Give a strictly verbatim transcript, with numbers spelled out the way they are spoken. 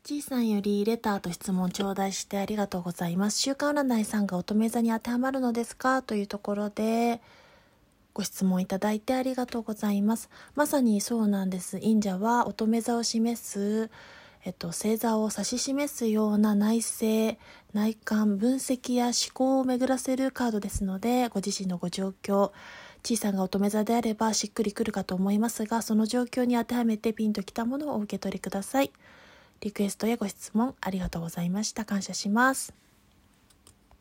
ちいさんよりレターと質問頂戴してありがとうございます。週刊占いさんが乙女座に当てはまるのですかというところでご質問いただいてありがとうございます。まさにそうなんです。忍者は乙女座を示す、えっと、星座を指し示すような内省、内観、分析や思考を巡らせるカードですので、ご自身のご状況、ちいさんが乙女座であればしっくりくるかと思いますが、その状況に当てはめてピンときたものをお受け取りください。リクエストやご質問ありがとうございました。感謝します。